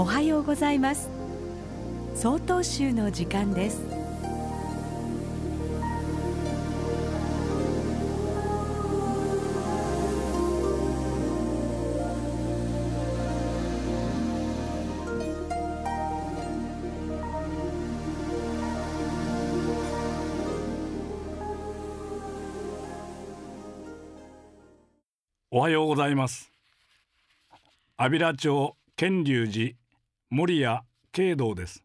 おはようございます。曹洞宗の時間です。 おはようございます。安平町建隆寺守谷慶道です。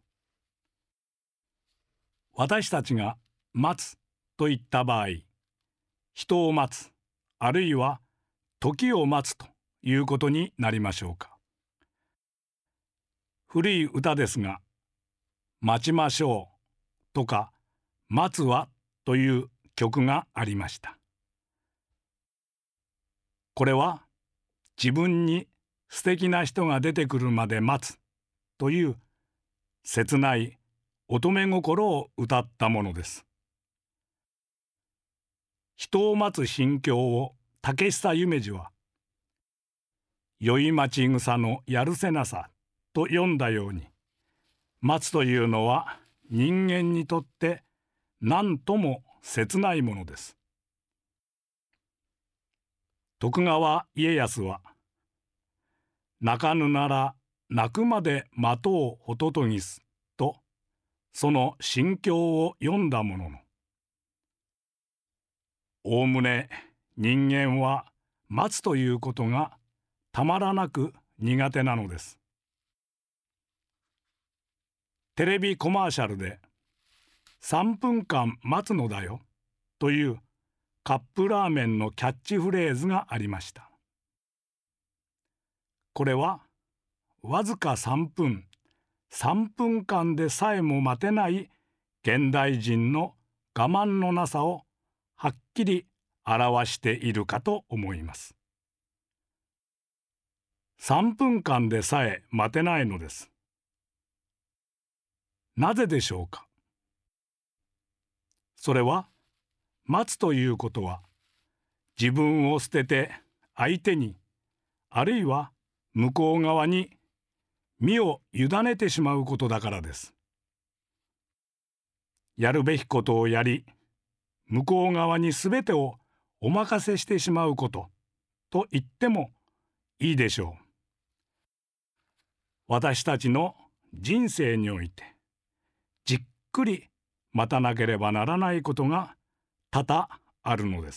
私たちが待つといった場合、人を待つ、あるいは時を待つということになりましょうか。古い歌ですが、待ちましょうとか待つわという曲がありました。これは自分に素敵な人が出てくるまで待つという切ない乙女心を歌ったものです。人を待つ心境を竹久夢二は酔い待ち草のやるせなさと読んだように、待つというのは人間にとって何とも切ないものです。徳川家康は泣かぬなら泣くまで待とうホトトギスとその心境を読んだものの、おおむね人間は待つということがたまらなく苦手なのです。テレビコマーシャルで3分間待つのだよというカップラーメンのキャッチフレーズがありました。これはわずか3分間でさえも待てない現代人の我慢のなさをはっきり表しているかと思います。3分間でさえ待てないのです。なぜでしょうか。それは待つということは自分を捨てて相手に、あるいは向こう側に身を委ねてしまうことだからです。やるべきことをやり、向こう側にすべてをお任せしてしまうことと言ってもいいでしょう。私たちの人生においてじっくり待たなければならないことが多々あるのです。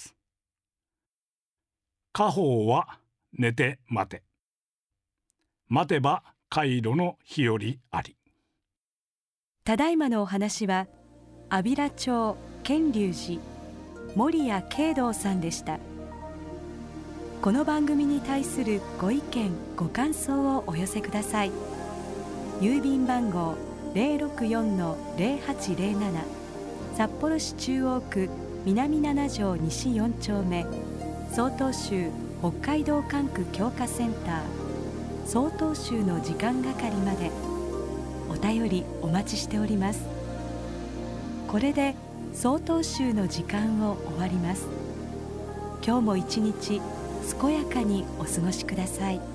家宝は寝て待て。待てば回路の日よりあり。 ただいまのお話は安平町建隆寺守谷慶道さんでした。この番組に対するご意見ご感想をお寄せください。郵便番号 064-0807 札幌市中央区南7条西4丁目、曹洞宗北海道管区教化センター曹洞宗の時間係までお便りお待ちしております。これで曹洞宗の時間を終わります。今日も一日健やかにお過ごしください。